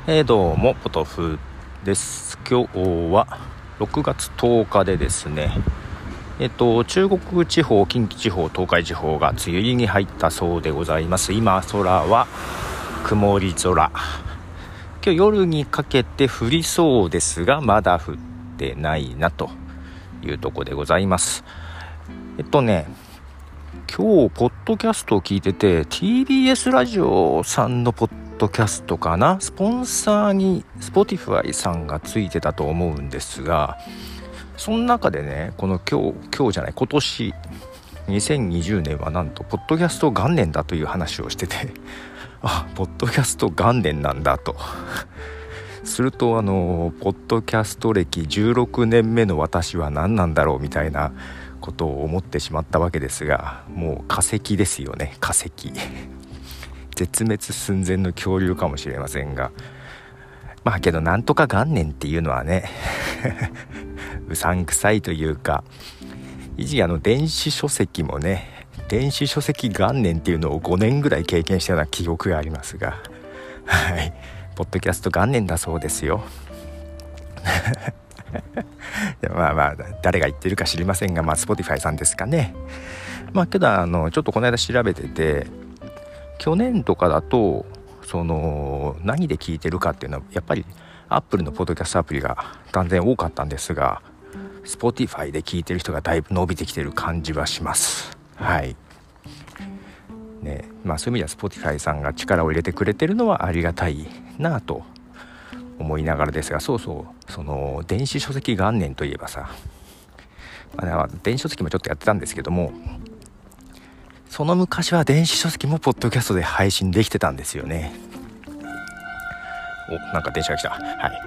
どうもポトフです。今日は6月10日でですね、中国地方、近畿地方、東海地方が梅雨入りに入ったそうでございます。今空は曇り空。今日夜にかけて降りそうですが、まだ降ってないなというところでございます。今日ポッドキャストを聞いてて、 TBS ラジオさんのポッドキャストかな、スポンサーに Spotify さんがついてたと思うんですが、その中でね、この今年2020年はなんとポッドキャスト元年だという話をしててポッドキャスト元年なんだとすると、ポッドキャスト歴16年目の私は何なんだろうみたいなことを思ってしまったわけですが、もう化石ですよね。化石絶滅寸前の恐竜かもしれませんが、けどなんとか元年っていうのはねうさんくさいというか、一時電子書籍もね、電子書籍元年っていうのを5年ぐらい経験したような記憶がありますが、はい、ポッドキャスト元年だそうですよ誰が言ってるか知りませんが、Spotify さんですかね。けどちょっとこの間調べてて、去年とかだと何で聞いてるかっていうのはやっぱり Apple のポッドキャストアプリが断然多かったんですが、 Spotify で聞いてる人がだいぶ伸びてきてる感じはします。はいね。そういう意味では Spotify さんが力を入れてくれてるのはありがたいなと思いながらですが、その電子書籍元年といえばさ、電子書籍もちょっとやってたんですけども、その昔は電子書籍もポッドキャストで配信できてたんですよね。なんか電車が来た。はい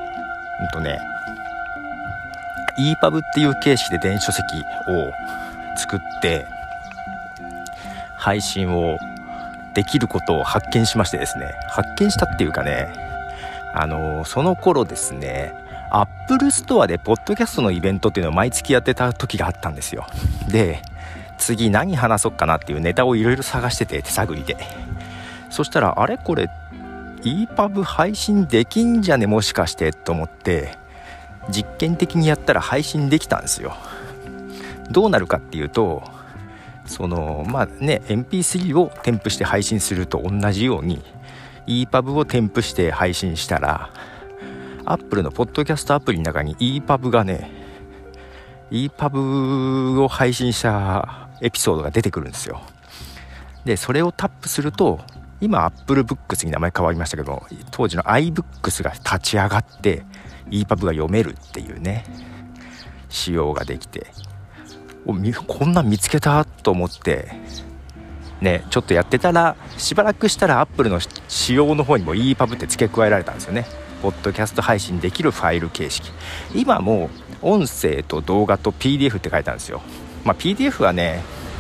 。EPUB っていう形式で電子書籍を作って配信をできることを発見しましてですね、発見したっていうかね、その頃ですね、Apple Store でポッドキャストのイベントっていうのを毎月やってた時があったんですよ。で、次何話そうかなっていうネタをいろいろ探してて、手探りで。そしたら、これ EPUB 配信できんじゃね、もしかしてと思って実験的にやったら配信できたんですよ。どうなるかっていうと、MP3 を添付して配信すると同じように EPUB を添付して配信したら、 Apple のポッドキャストアプリの中に EPUB を配信したエピソードが出てくるんですよ。で、それをタップすると、今 Apple Books に名前変わりましたけど、当時の iBooks が立ち上がって EPUB が読めるっていうね、仕様ができて、こんなん見つけたと思ってね、ちょっとやってたら、しばらくしたら Apple の仕様の方にも EPUB って付け加えられたんですよね。ポッドキャスト配信できるファイル形式。今もう音声と動画と PDF って書いてあるんですよ。PDF はね、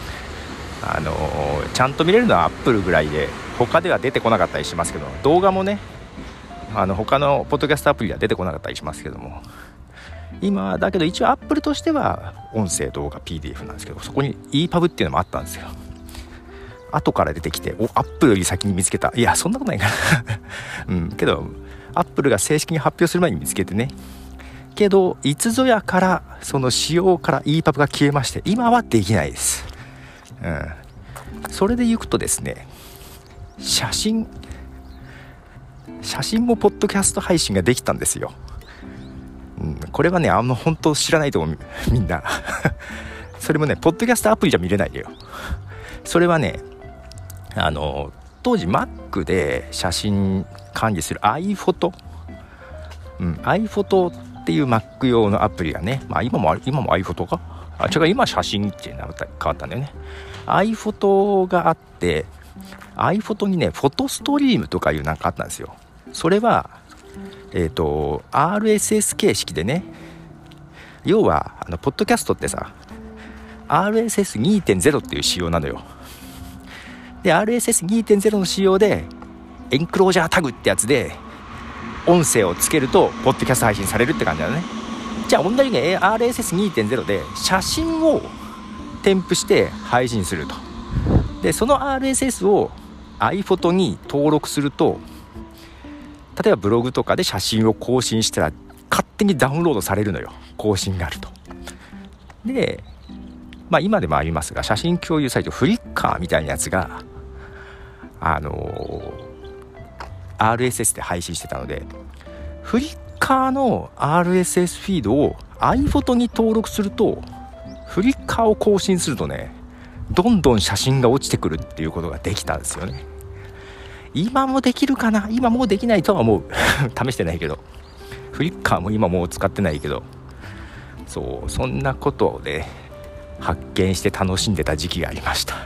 ちゃんと見れるのは Apple ぐらいで、他では出てこなかったりしますけど、動画もね、他のポッドキャストアプリでは出てこなかったりしますけども、今だけど一応 Apple としては音声、動画、PDF なんですけど、そこに EPUB っていうのもあったんですよ。後から出てきて、Apple より先に見つけた。いや、そんなことないかなけど Apple が正式に発表する前に見つけてね。けどいつぞやからその仕様から EPUB が消えまして、今はできないです。それでいくとですね、写真もポッドキャスト配信ができたんですよ。これはね、本当知らないと思う、みんなそれもね、ポッドキャストアプリじゃ見れないのよ。それはね、当時 Mac で写真管理する iPhoto、iPhoto っていう Mac 用のアプリがね、今も iPhoto か、今写真って変わったんだよね。iPhoto があって、iPhoto にね、フォトストリームとかいうなんかあったんですよ。それはRSS 形式でね、要はポッドキャストってさ、 RSS2.0 っていう仕様なのよ。で、 RSS2.0 の仕様でエンクロージャータグってやつで音声をつけるとポッドキャスト配信されるって感じだね。じゃあ同じように RSS2.0 で写真を添付して配信すると。で、その RSS を iPhoto に登録すると、 例えばブログとかで写真を更新したら勝手にダウンロードされるのよ、更新があると。で、今でもありますが、写真共有サイトフリッカーみたいなやつがRSS で配信してたので、フリッカーの RSS フィードを iPhoto に登録すると、フリッカーを更新するとね、どんどん写真が落ちてくるっていうことができたんですよね。今もできるかな、今もうできないとは思う試してないけど、フリッカーも今もう使ってないけど、そんなことをね発見して楽しんでた時期がありました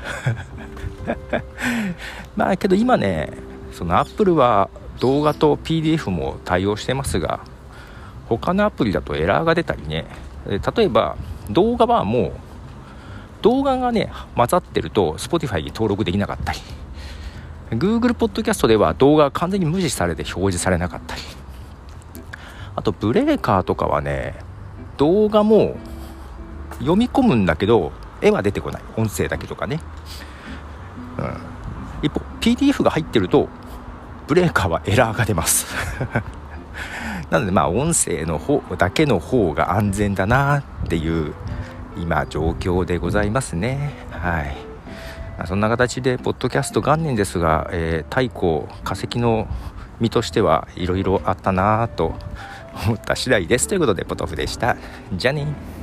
けど今ね、その Apple は動画と PDF も対応してますが、他のアプリだとエラーが出たりね、例えば動画はもう動画がね混ざってると Spotify に登録できなかったり、 Google ポッドキャストでは動画が完全に無視されて表示されなかったり、あとブレーカーとかはね、動画も読み込むんだけど絵は出てこない、音声だけとかね、一方 PDF が入ってるとブレーカーはエラーが出ますなので音声の方だけの方が安全だなっていう今状況でございますね。はい。そんな形でポッドキャスト元年ですが、太古化石の身としてはいろいろあったなと思った次第です。ということでポトフでした。じゃあね。